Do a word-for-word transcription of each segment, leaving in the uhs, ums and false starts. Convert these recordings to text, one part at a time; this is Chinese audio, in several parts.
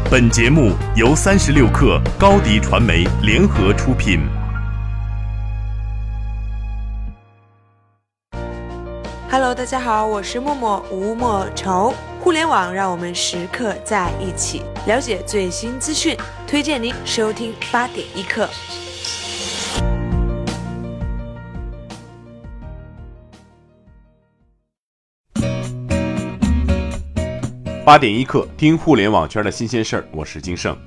本节目由三十六克高迪传媒联合出品。 Hello， 大家好，我是默默吴莫愁。互联网让我们时刻在一起，了解最新资讯，推荐您收听八点一刻。 八点一刻，听互联网圈的新鲜事儿，我是金盛。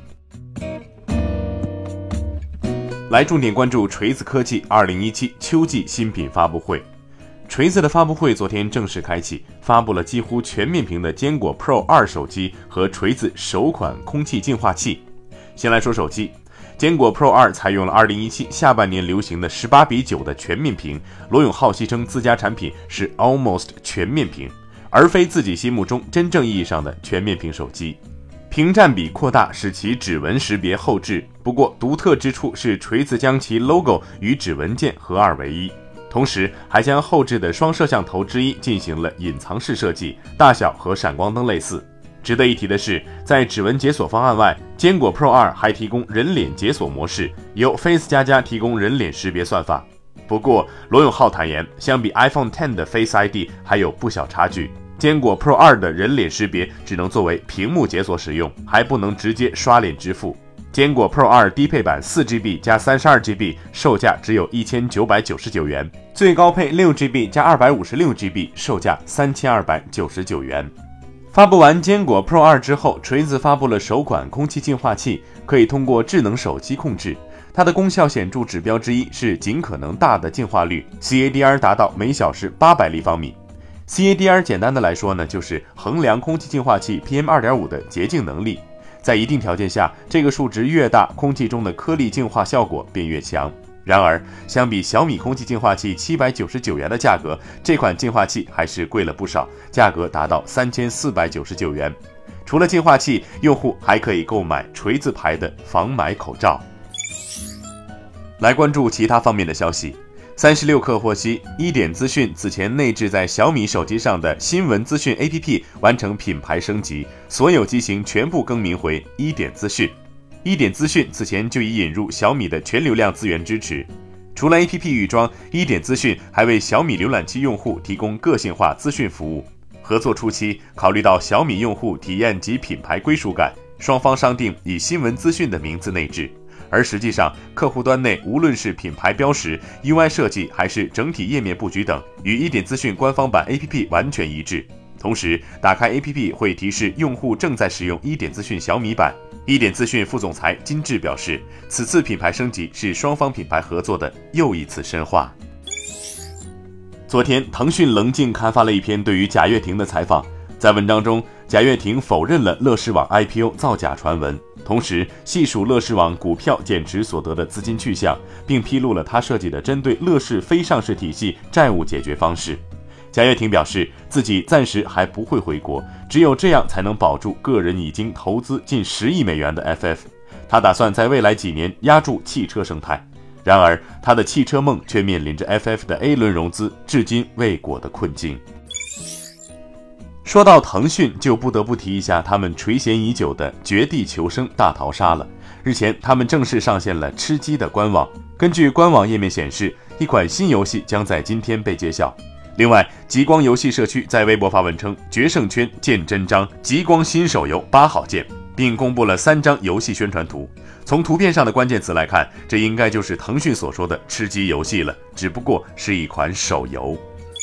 来重点关注锤子科技二零一七秋季新品发布会。锤子的发布会昨天正式开启，发布了几乎全面屏的坚果 Pro 二手机和锤子首款空气净化器。先来说手机，坚果 Pro 二采用了二零一七下半年流行的十八比九的全面屏，罗永浩戏称自家产品是 almost 全面屏，而非自己心目中真正意义上的全面屏手机。屏占比扩大使其指纹识别后置，不过独特之处是锤子将其 logo 与指纹键合二为一，同时还将后置的双摄像头之一进行了隐藏式设计，大小和闪光灯类似。值得一提的是，在指纹解锁方案外，坚果 Pro 二还提供人脸解锁模式，由 Face 加加提供人脸识别算法。不过罗永浩坦言，相比 iPhone 十的 Face I D 还有不小差距，坚果 Pro 二的人脸识别只能作为屏幕解锁使用，还不能直接刷脸支付。坚果 Pro 二低配版 四 G B 加 三十二 G B 售价只有一千九百九十九元，最高配 六 G B 加 二百五十六 G B 售价三千二百九十九元。发布完坚果 Pro 二之后，锤子发布了首款空气净化器，可以通过智能手机控制。它的功效显著指标之一是尽可能大的净化率 C A D R 达到每小时八百立方米。C A D R 简单的来说呢，就是衡量空气净化器 P M 二点五 的洁净能力。在一定条件下，这个数值越大，空气中的颗粒净化效果便越强。然而，相比小米空气净化器七百九十九元的价格，这款净化器还是贵了不少，价格达到三千四百九十九元。除了净化器，用户还可以购买锤子牌的防霾口罩。来关注其他方面的消息。三十六氪获悉，一点资讯此前内置在小米手机上的新闻资讯 A P P 完成品牌升级，所有机型全部更名为一点资讯。一点资讯此前就已引入小米的全流量资源支持。除了 A P P 预装，一点资讯还为小米浏览器用户提供个性化资讯服务。合作初期，考虑到小米用户体验及品牌归属感，双方商定以新闻资讯的名字内置。而实际上，客户端内无论是品牌标识、U I 设计还是整体页面布局等，与一点资讯官方版 A P P 完全一致。同时，打开 A P P 会提示用户正在使用一点资讯小米版。一点资讯副总裁金志表示，此次品牌升级是双方品牌合作的又一次深化。昨天，腾讯棱镜刊发了一篇对于贾跃亭的采访，在文章中，贾跃亭否认了乐视网 I P O 造假传闻，同时细数乐视网股票减持所得的资金去向，并披露了他设计的针对乐视非上市体系债务解决方式。贾跃亭表示，自己暂时还不会回国，只有这样才能保住个人已经投资近十亿美元的 F F。他打算在未来几年压住汽车生态。然而，他的汽车梦却面临着 F F 的 A 轮融资至今未果的困境。说到腾讯，就不得不提一下他们垂涎已久的绝地求生大逃杀了。日前，他们正式上线了吃鸡的官网。根据官网页面显示，一款新游戏将在今天被揭晓。另外，极光游戏社区在微博发文称，决胜圈见真章，极光新手游八号见，并公布了三张游戏宣传图。从图片上的关键词来看，这应该就是腾讯所说的吃鸡游戏了，只不过是一款手游。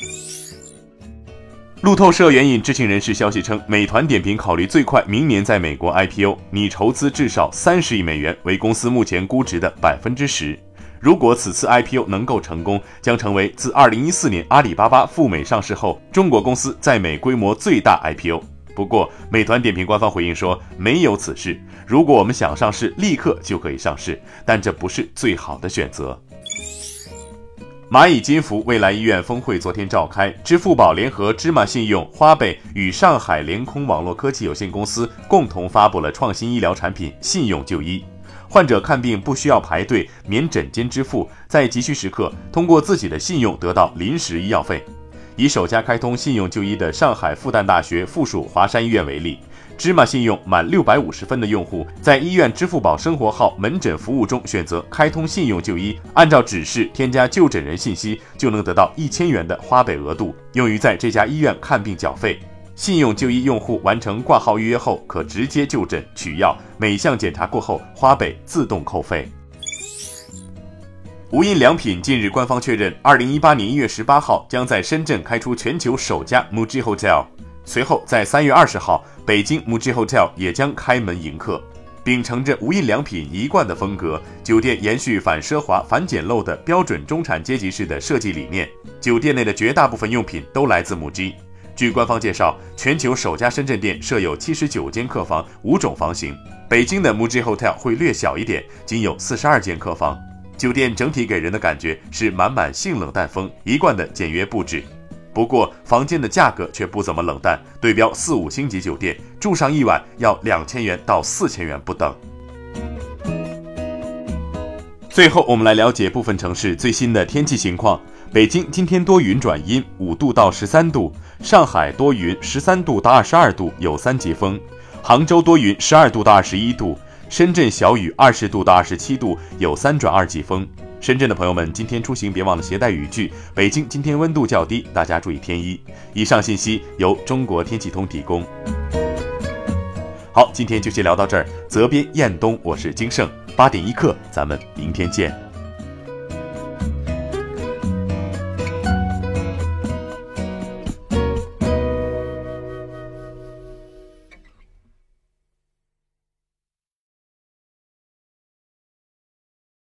路透社援引知情人士消息称，美团点评考虑最快明年在美国 I P O， 拟筹资至少三十亿美元，为公司目前估值的百分之十。如果此次 I P O 能够成功，将成为自二零一四年阿里巴巴赴美上市后，中国公司在美规模最大 I P O。不过，美团点评官方回应说，没有此事。如果我们想上市，立刻就可以上市，但这不是最好的选择。蚂蚁金服未来医院峰会昨天召开，支付宝联合芝麻信用、花呗与上海联空网络科技有限公司共同发布了创新医疗产品信用就医。患者看病不需要排队，免诊间支付，在急需时刻通过自己的信用得到临时医药费。以首家开通信用就医的上海复旦大学附属华山医院为例， 芝麻信用满六百五十分的用户，在医院支付宝生活号门诊服务中选择开通信用就医，按照指示添加就诊人信息，就能得到一千元的花呗额度，用于在这家医院看病缴费。信用就医用户完成挂号预约后，可直接就诊取药，每项检查过后，花呗自动扣费。无印良品近日官方确认，二零一八年一月十八号将在深圳开出全球首家 Muji Hotel。随后，在三月二十号，北京 Muji Hotel 也将开门迎客。秉承着无印良品一贯的风格，酒店延续反奢华、反简陋的标准中产阶级式的设计理念。酒店内的绝大部分用品都来自 Muji。据官方介绍，全球首家深圳店设有七十九间客房，五种房型。北京的 Muji Hotel 会略小一点，仅有四十二间客房。酒店整体给人的感觉是满满性冷淡风，一贯的简约布置。不过房间的价格却不怎么冷淡，对标四五星级酒店，住上一晚要两千元到四千元不等。最后我们来了解部分城市最新的天气情况。北京今天多云转阴，五度到十三度；上海多云，十三度到二十二度，有三级风；杭州多云，十二度到二十一度；深圳小雨，二十度到二十七度，有三转二级风。深圳的朋友们，今天出行别忘了携带雨具。北京今天温度较低，大家注意添衣。以上信息由中国天气通提供。好，今天就先聊到这儿。责编：彦东，我是金盛。八点一刻，咱们明天见。